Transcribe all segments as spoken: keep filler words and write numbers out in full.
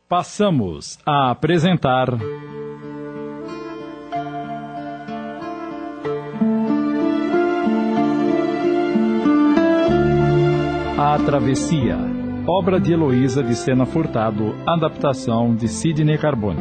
Passamos a apresentar... A Travessia, obra de Heloísa de Sena Furtado, adaptação de Sidney Carbone.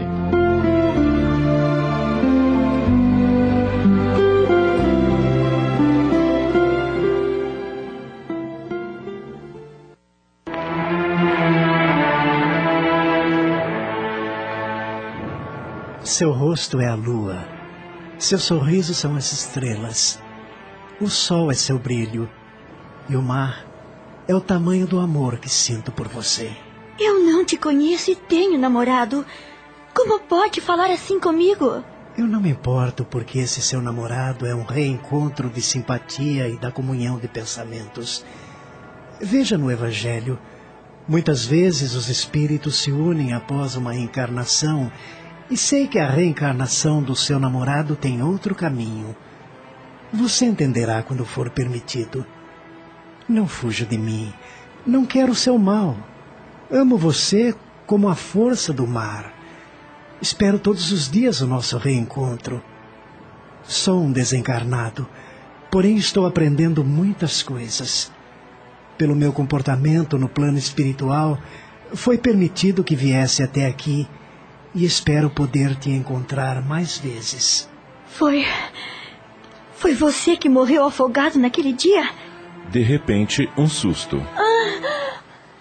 Seu rosto é a lua, seu sorriso são as estrelas, o sol é seu brilho e o mar é o tamanho do amor que sinto por você. Eu não te conheço e tenho namorado. Como pode falar assim comigo? Eu não me importo porque esse seu namorado é um reencontro de simpatia e da comunhão de pensamentos. Veja no Evangelho, muitas vezes os espíritos se unem após uma encarnação. E sei que a reencarnação do seu namorado tem outro caminho. Você entenderá quando for permitido. Não fuja de mim. Não quero o seu mal. Amo você como a força do mar. Espero todos os dias o nosso reencontro. Sou um desencarnado, porém estou aprendendo muitas coisas. Pelo meu comportamento no plano espiritual, foi permitido que viesse até aqui. E espero poder te encontrar mais vezes. Foi... Foi você que morreu afogado naquele dia? De repente, um susto. Ah.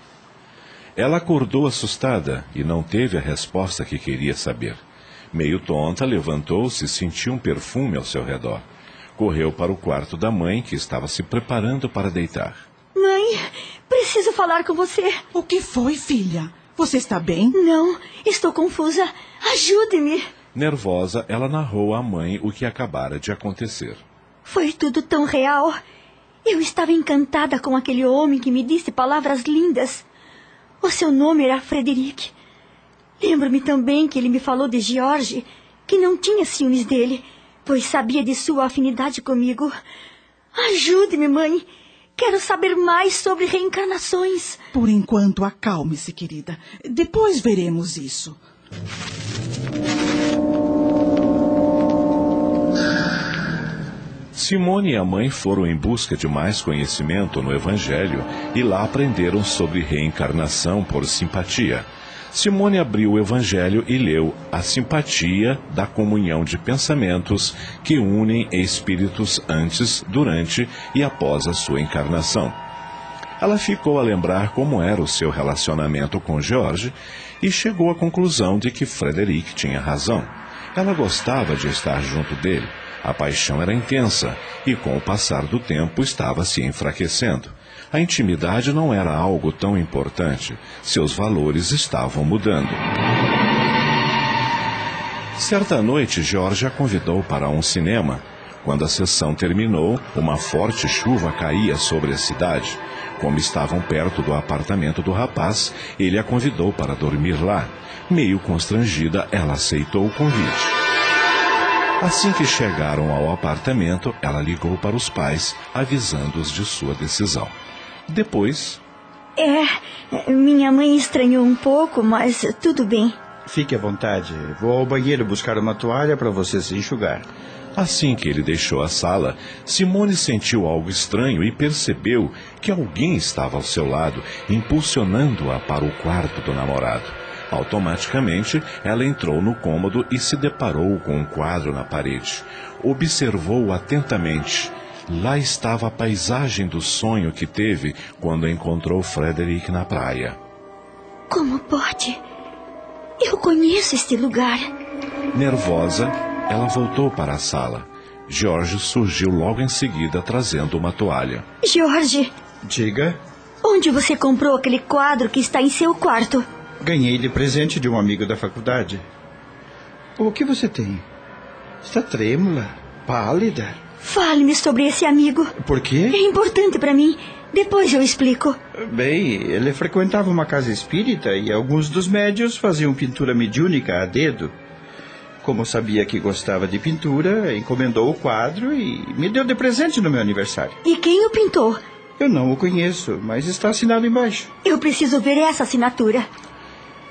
Ela acordou assustada e não teve a resposta que queria saber. Meio tonta, levantou-se e sentiu um perfume ao seu redor. Correu para o quarto da mãe, que estava se preparando para deitar. Mãe, preciso falar com você. O que foi, filha? Você está bem? Não, estou confusa. Ajude-me. Nervosa, ela narrou à mãe o que acabara de acontecer. Foi tudo tão real. Eu estava encantada com aquele homem que me disse palavras lindas. O seu nome era Frederic. Lembro-me também que ele me falou de George, que não tinha ciúmes dele, pois sabia de sua afinidade comigo. Ajude-me, mãe. Quero saber mais sobre reencarnações. Por enquanto, acalme-se, querida. Depois veremos isso. Simone e a mãe foram em busca de mais conhecimento no Evangelho e lá aprenderam sobre reencarnação por simpatia. Simone abriu o Evangelho e leu a simpatia da comunhão de pensamentos que unem espíritos antes, durante e após a sua encarnação. Ela ficou a lembrar como era o seu relacionamento com George e chegou à conclusão de que Frederic tinha razão. Ela gostava de estar junto dele. A paixão era intensa e, com o passar do tempo, estava se enfraquecendo. A intimidade não era algo tão importante. Seus valores estavam mudando. Certa noite, George a convidou para um cinema. Quando a sessão terminou, uma forte chuva caía sobre a cidade. Como estavam perto do apartamento do rapaz, ele a convidou para dormir lá. Meio constrangida, ela aceitou o convite. Assim que chegaram ao apartamento, ela ligou para os pais, avisando-os de sua decisão. Depois... É, minha mãe estranhou um pouco, mas tudo bem. Fique à vontade. Vou ao banheiro buscar uma toalha para você se enxugar. Assim que ele deixou a sala, Simone sentiu algo estranho e percebeu que alguém estava ao seu lado, impulsionando-a para o quarto do namorado. Automaticamente, ela entrou no cômodo e se deparou com um quadro na parede. Observou-o atentamente. Lá estava a paisagem do sonho que teve quando encontrou Frederic na praia. Como pode? Eu conheço este lugar. Nervosa, ela voltou para a sala. George surgiu logo em seguida trazendo uma toalha. George! Diga. Onde você comprou aquele quadro que está em seu quarto? Ganhei de presente de um amigo da faculdade. O que você tem? Está trêmula, pálida. Fale-me sobre esse amigo. Por quê? É importante para mim. Depois eu explico. Bem, ele frequentava uma casa espírita e alguns dos médios faziam pintura mediúnica a dedo. Como sabia que gostava de pintura, encomendou o quadro e me deu de presente no meu aniversário. E quem o pintou? Eu não o conheço, mas está assinado embaixo. Eu preciso ver essa assinatura.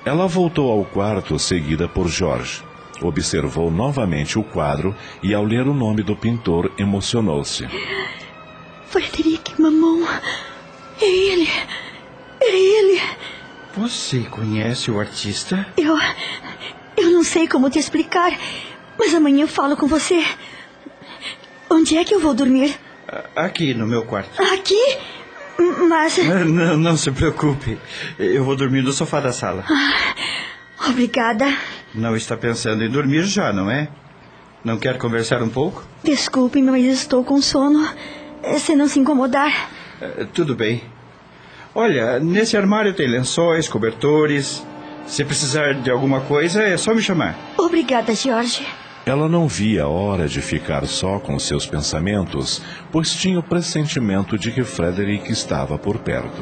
Ela voltou ao quarto, seguida por Jorge. Observou novamente o quadro e, ao ler o nome do pintor, emocionou-se. Frederic Marmont. É ele. É ele. Você conhece o artista? Eu... Eu não sei como te explicar, mas amanhã eu falo com você. Onde é que eu vou dormir? Aqui, no meu quarto. Aqui? Mas... Não, não se preocupe. Eu vou dormir no sofá da sala. Ah, obrigada. Não está pensando em dormir já, não é? Não quer conversar um pouco? Desculpe-me, mas estou com sono. Se não se incomodar. Uh, tudo bem. Olha, nesse armário tem lençóis, cobertores. Se precisar de alguma coisa, é só me chamar. Obrigada, Jorge. Ela não via a hora de ficar só com seus pensamentos, pois tinha o pressentimento de que Frederic estava por perto.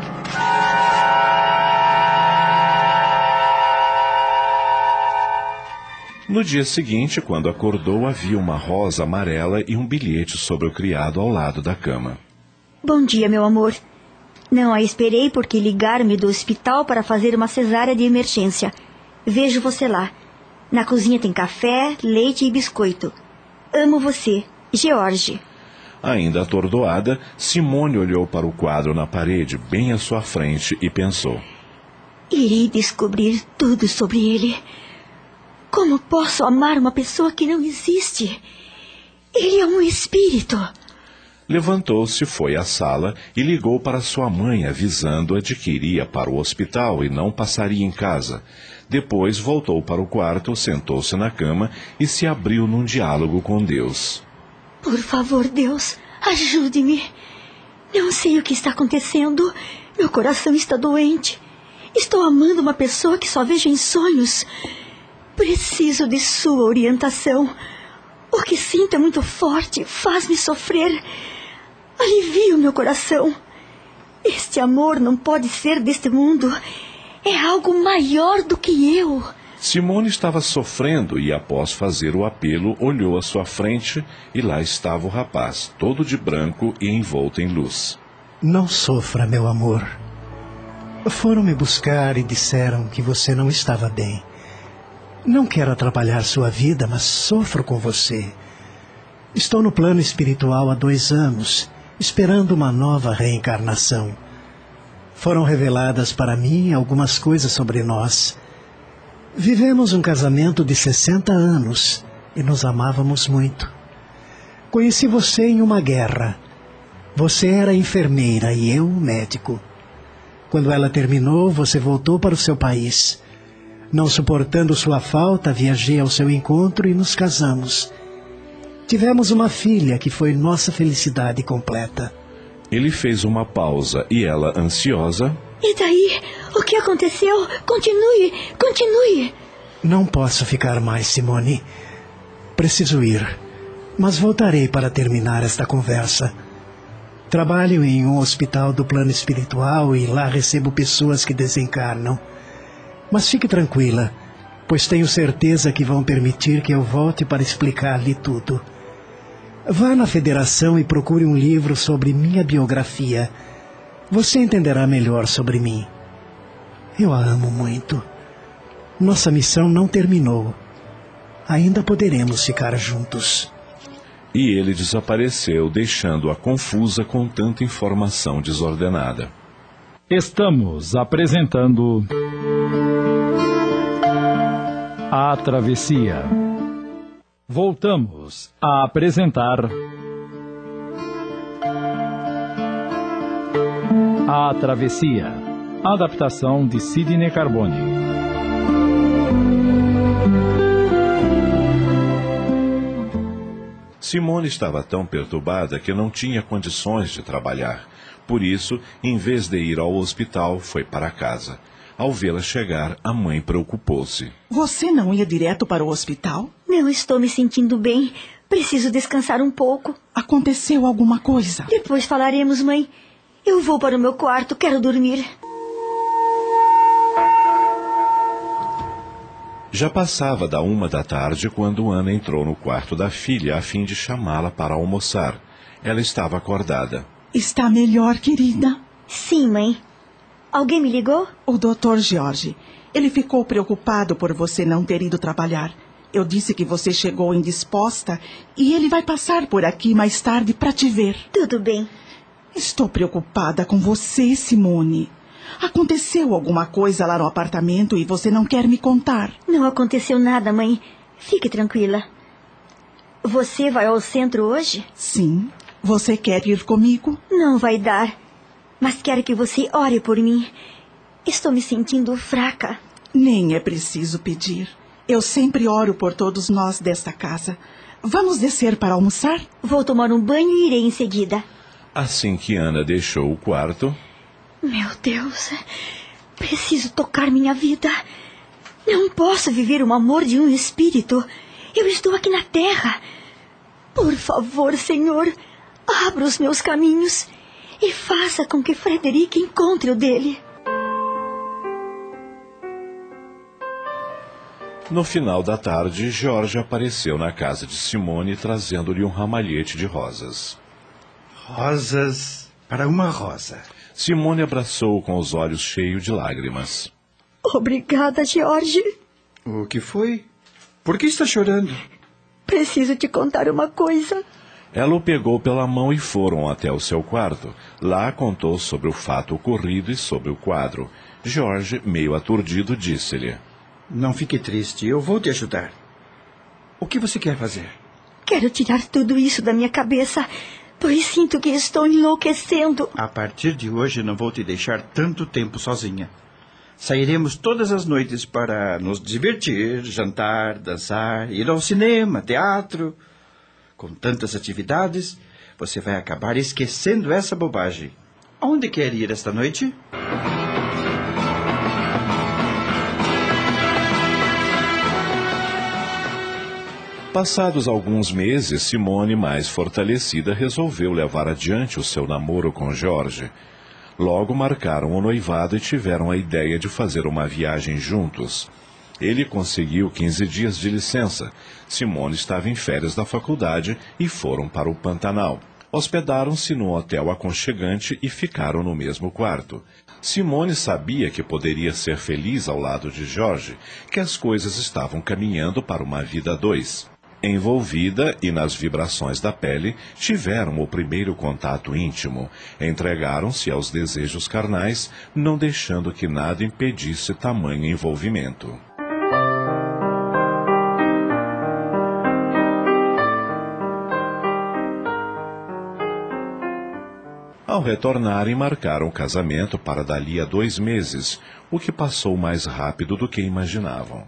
No dia seguinte, quando acordou, havia uma rosa amarela e um bilhete sobre o criado ao lado da cama. Bom dia, meu amor. Não a esperei porque ligaram-me do hospital para fazer uma cesárea de emergência. Vejo você lá. Na cozinha tem café, leite e biscoito. Amo você, George. Ainda atordoada, Simone olhou para o quadro na parede, bem à sua frente, e pensou. Irei descobrir tudo sobre ele. Como posso amar uma pessoa que não existe? Ele é um espírito. Levantou-se, foi à sala e ligou para sua mãe, avisando-a de que iria para o hospital e não passaria em casa. Depois voltou para o quarto, sentou-se na cama e se abriu num diálogo com Deus. Por favor, Deus, ajude-me. Não sei o que está acontecendo. Meu coração está doente. Estou amando uma pessoa que só vejo em sonhos. Preciso de sua orientação. O que sinto é muito forte, faz-me sofrer. Alivia o meu coração. Este amor não pode ser deste mundo. É algo maior do que eu. Simone estava sofrendo e, após fazer o apelo, olhou à sua frente e lá estava o rapaz, todo de branco e envolto em luz. Não sofra, meu amor. Foram me buscar e disseram que você não estava bem. Não quero atrapalhar sua vida, mas sofro com você. Estou no plano espiritual há dois anos, esperando uma nova reencarnação. Foram reveladas para mim algumas coisas sobre nós. Vivemos um casamento de sessenta anos e nos amávamos muito. Conheci você em uma guerra. Você era enfermeira e eu médico. Quando ela terminou, você voltou para o seu país. Não suportando sua falta, viajei ao seu encontro e nos casamos. Tivemos uma filha que foi nossa felicidade completa. Ele fez uma pausa e ela, ansiosa... E daí? O que aconteceu? Continue, continue. Não posso ficar mais, Simone. Preciso ir, mas voltarei para terminar esta conversa. Trabalho em um hospital do plano espiritual e lá recebo pessoas que desencarnam. Mas fique tranquila, pois tenho certeza que vão permitir que eu volte para explicar-lhe tudo. Vá na federação e procure um livro sobre minha biografia. Você entenderá melhor sobre mim. Eu a amo muito. Nossa missão não terminou. Ainda poderemos ficar juntos. E ele desapareceu, deixando-a confusa com tanta informação desordenada. Estamos apresentando... A Travessia. Voltamos a apresentar... A Travessia. Adaptação de Sidney Carbone. Simone estava tão perturbada que não tinha condições de trabalhar. Por isso, em vez de ir ao hospital, foi para casa. Ao vê-la chegar, a mãe preocupou-se. Você não ia direto para o hospital? Não estou me sentindo bem. Preciso descansar um pouco. Aconteceu alguma coisa? Depois falaremos, mãe. Eu vou para o meu quarto, quero dormir. Já passava da uma da tarde quando Ana entrou no quarto da filha a fim de chamá-la para almoçar. Ela estava acordada. Está melhor, querida? Sim, mãe. Alguém me ligou? O doutor Jorge. Ele ficou preocupado por você não ter ido trabalhar. Eu disse que você chegou indisposta e ele vai passar por aqui mais tarde para te ver. Tudo bem. Estou preocupada com você, Simone. Aconteceu alguma coisa lá no apartamento e você não quer me contar? Não aconteceu nada, mãe. Fique tranquila. Você vai ao centro hoje? Sim. Você quer ir comigo? Não vai dar. Mas quero que você ore por mim. Estou me sentindo fraca. Nem é preciso pedir. Eu sempre oro por todos nós desta casa. Vamos descer para almoçar? Vou tomar um banho e irei em seguida. Assim que Ana deixou o quarto... Meu Deus, preciso tocar minha vida. Não posso viver o amor de um espírito. Eu estou aqui na terra. Por favor, Senhor, abra os meus caminhos e faça com que Frederic encontre o dele. No final da tarde, Jorge apareceu na casa de Simone trazendo-lhe um ramalhete de rosas. Rosas para uma rosa. Simone abraçou-o com os olhos cheios de lágrimas. Obrigada, Jorge. O que foi? Por que está chorando? Preciso te contar uma coisa. Ela o pegou pela mão e foram até o seu quarto. Lá contou sobre o fato ocorrido e sobre o quadro. Jorge, meio aturdido, disse-lhe: Não fique triste, eu vou te ajudar. O que você quer fazer? Quero tirar tudo isso da minha cabeça, pois sinto que estou enlouquecendo. A partir de hoje não vou te deixar tanto tempo sozinha. Sairemos todas as noites para nos divertir, jantar, dançar, ir ao cinema, teatro. Com tantas atividades, você vai acabar esquecendo essa bobagem. Onde quer ir esta noite? Passados alguns meses, Simone, mais fortalecida, resolveu levar adiante o seu namoro com Jorge. Logo marcaram o noivado e tiveram a ideia de fazer uma viagem juntos. Ele conseguiu quinze dias de licença. Simone estava em férias da faculdade e foram para o Pantanal. Hospedaram-se num hotel aconchegante e ficaram no mesmo quarto. Simone sabia que poderia ser feliz ao lado de Jorge, que as coisas estavam caminhando para uma vida a dois. Envolvida e nas vibrações da pele, tiveram o primeiro contato íntimo. Entregaram-se aos desejos carnais, não deixando que nada impedisse tamanho envolvimento. Ao retornarem, marcaram o casamento para dali a dois meses, o que passou mais rápido do que imaginavam.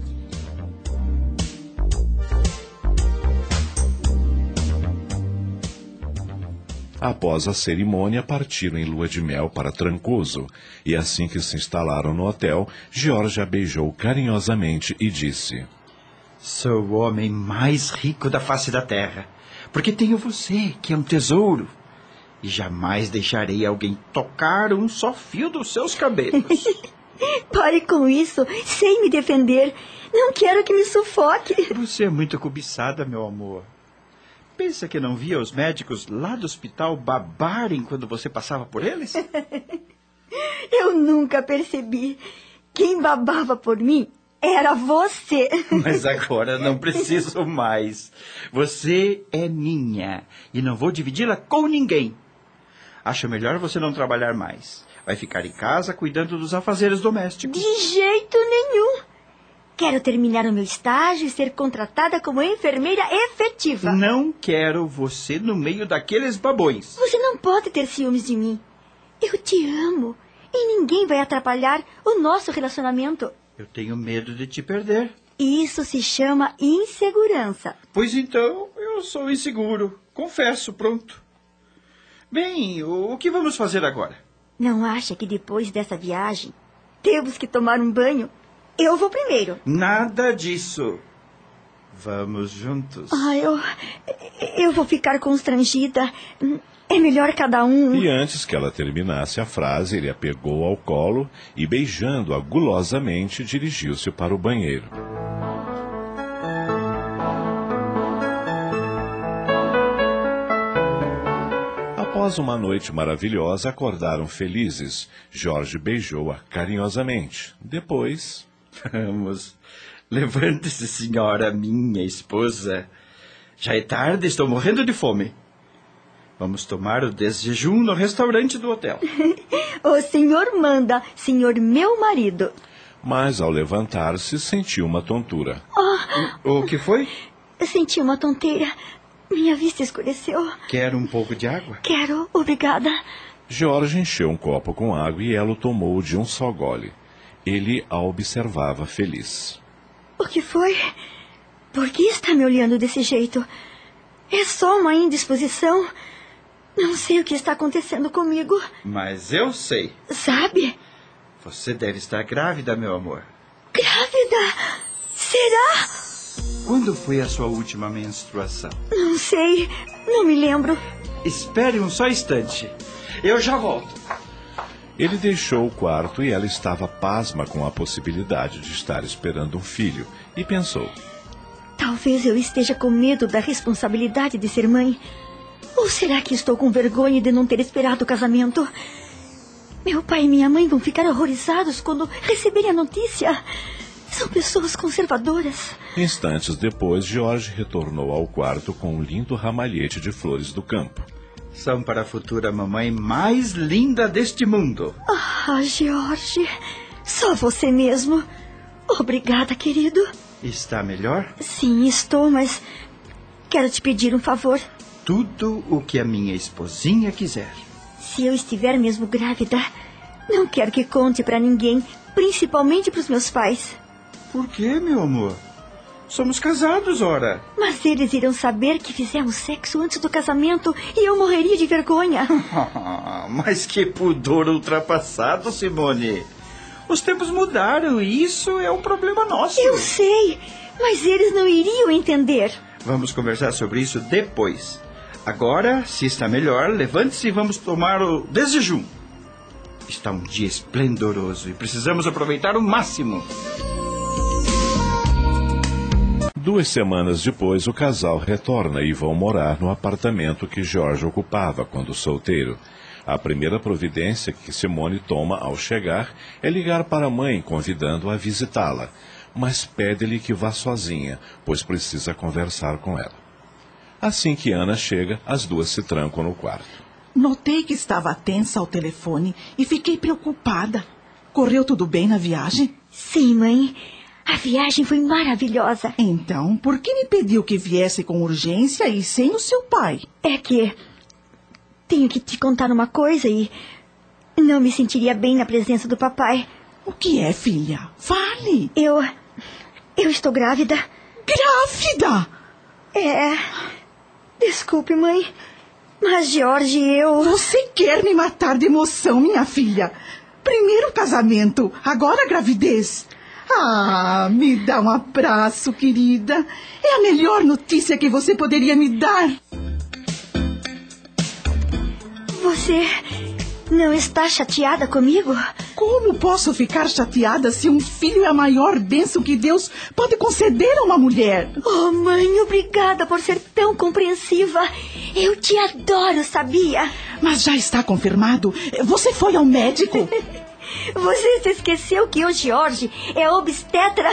Após a cerimônia, partiram em lua de mel para Trancoso, e assim que se instalaram no hotel, Jorge a beijou carinhosamente e disse: Sou o homem mais rico da face da terra, porque tenho você, que é um tesouro, e jamais deixarei alguém tocar um só fio dos seus cabelos. Pare com isso, sem me defender. Não quero que me sufoque. Você é muito cobiçada, meu amor. Pensa que não via os médicos lá do hospital babarem quando você passava por eles? Eu nunca percebi. Quem babava por mim era você. Mas agora não preciso mais. Você é minha e não vou dividi-la com ninguém. Acho melhor você não trabalhar mais. Vai ficar em casa cuidando dos afazeres domésticos. De jeito nenhum. Quero terminar o meu estágio e ser contratada como enfermeira efetiva. Não quero você no meio daqueles babões. Você não pode ter ciúmes de mim. Eu te amo. E ninguém vai atrapalhar o nosso relacionamento. Eu tenho medo de te perder. Isso se chama insegurança. Pois então, eu sou inseguro. Confesso, pronto. Bem, o que vamos fazer agora? Não acha que depois dessa viagem temos que tomar um banho? Eu vou primeiro. Nada disso. Vamos juntos. Ah, eu... Eu vou ficar constrangida. É melhor cada um... E antes que ela terminasse a frase, ele a pegou ao colo e, beijando-a gulosamente, dirigiu-se para o banheiro. Após Após uma noite maravilhosa, acordaram felizes. Jorge beijou-a carinhosamente. Depois... Vamos, levante-se, senhora, minha esposa. Já é tarde, estou morrendo de fome. Vamos tomar o desjejum no restaurante do hotel. O senhor manda, senhor meu marido. Mas, ao levantar-se, sentiu uma tontura. O, o que foi? Eu senti uma tonteira. Minha vista escureceu. Quer um pouco de água? Quero, obrigada. Jorge encheu um copo com água e ela o tomou de um só gole. Ele a observava feliz. O que foi? Por que está me olhando desse jeito? É só uma indisposição? Não sei o que está acontecendo comigo. Mas eu sei. Sabe? Você deve estar grávida, meu amor. Grávida? Será? Quando foi a sua última menstruação? Não sei. Não me lembro. Espere um só instante. Eu já volto. Ele deixou o quarto e ela estava pasma com a possibilidade de estar esperando um filho. E pensou... Talvez eu esteja com medo da responsabilidade de ser mãe. Ou será que estou com vergonha de não ter esperado o casamento? Meu pai e minha mãe vão ficar horrorizados quando receberem a notícia. São pessoas conservadoras. Instantes depois, Jorge retornou ao quarto com um lindo ramalhete de flores do campo. São para a futura mamãe mais linda deste mundo. Ah, Jorge, só você mesmo. Obrigada, querido. Está melhor? Sim, estou, mas quero te pedir um favor. Tudo o que a minha esposinha quiser. Se eu estiver mesmo grávida, não quero que conte para ninguém, principalmente para os meus pais. Por quê, meu amor? Somos casados, ora. Mas eles irão saber que fizemos sexo antes do casamento e eu morreria de vergonha. Mas que pudor ultrapassado, Simone. Os tempos mudaram e isso é um problema nosso. Eu sei, mas eles não iriam entender. Vamos conversar sobre isso depois. Agora, se está melhor, levante-se e vamos tomar o desjejum. Está um dia esplendoroso e precisamos aproveitar o máximo. Duas semanas depois, o casal retorna e vão morar no apartamento que Jorge ocupava quando solteiro. A primeira providência que Simone toma ao chegar é ligar para a mãe, convidando-a a visitá-la. Mas pede-lhe que vá sozinha, pois precisa conversar com ela. Assim que Ana chega, as duas se trancam no quarto. Notei que estava tensa ao telefone e fiquei preocupada. Correu tudo bem na viagem? Sim, mãe. A viagem foi maravilhosa. Então, por que me pediu que viesse com urgência e sem o seu pai? É que tenho que te contar uma coisa e não me sentiria bem na presença do papai. O que é, filha? Fale. Eu... eu estou grávida. Grávida? É... Desculpe, mãe, mas Jorge, eu... Você quer me matar de emoção, minha filha? Primeiro casamento, agora gravidez. Ah, me dá um abraço, querida. É a melhor notícia que você poderia me dar. Você não está chateada comigo? Como posso ficar chateada se um filho é a maior bênção que Deus pode conceder a uma mulher? Oh, mãe, obrigada por ser tão compreensiva. Eu te adoro, sabia? Mas já está confirmado. Você foi ao médico? Você se esqueceu que o Jorge é obstetra?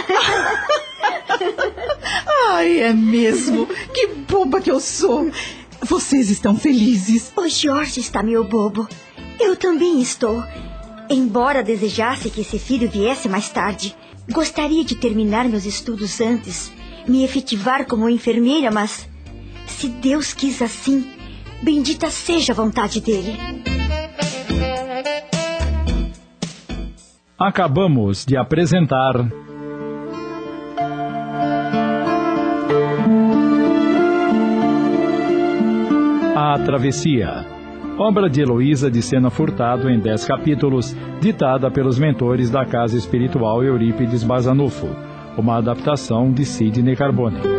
Ai, é mesmo. Que boba que eu sou. Vocês estão felizes? O Jorge está meio bobo. Eu também estou. Embora desejasse que esse filho viesse mais tarde, gostaria de terminar meus estudos antes, me efetivar como enfermeira, mas se Deus quis assim, bendita seja a vontade dele. Acabamos de apresentar A Travessia, obra de Heloísa de Sena Furtado em dez capítulos, ditada pelos mentores da Casa Espiritual Eurípides Basanufo, uma adaptação de Sidney Carbone.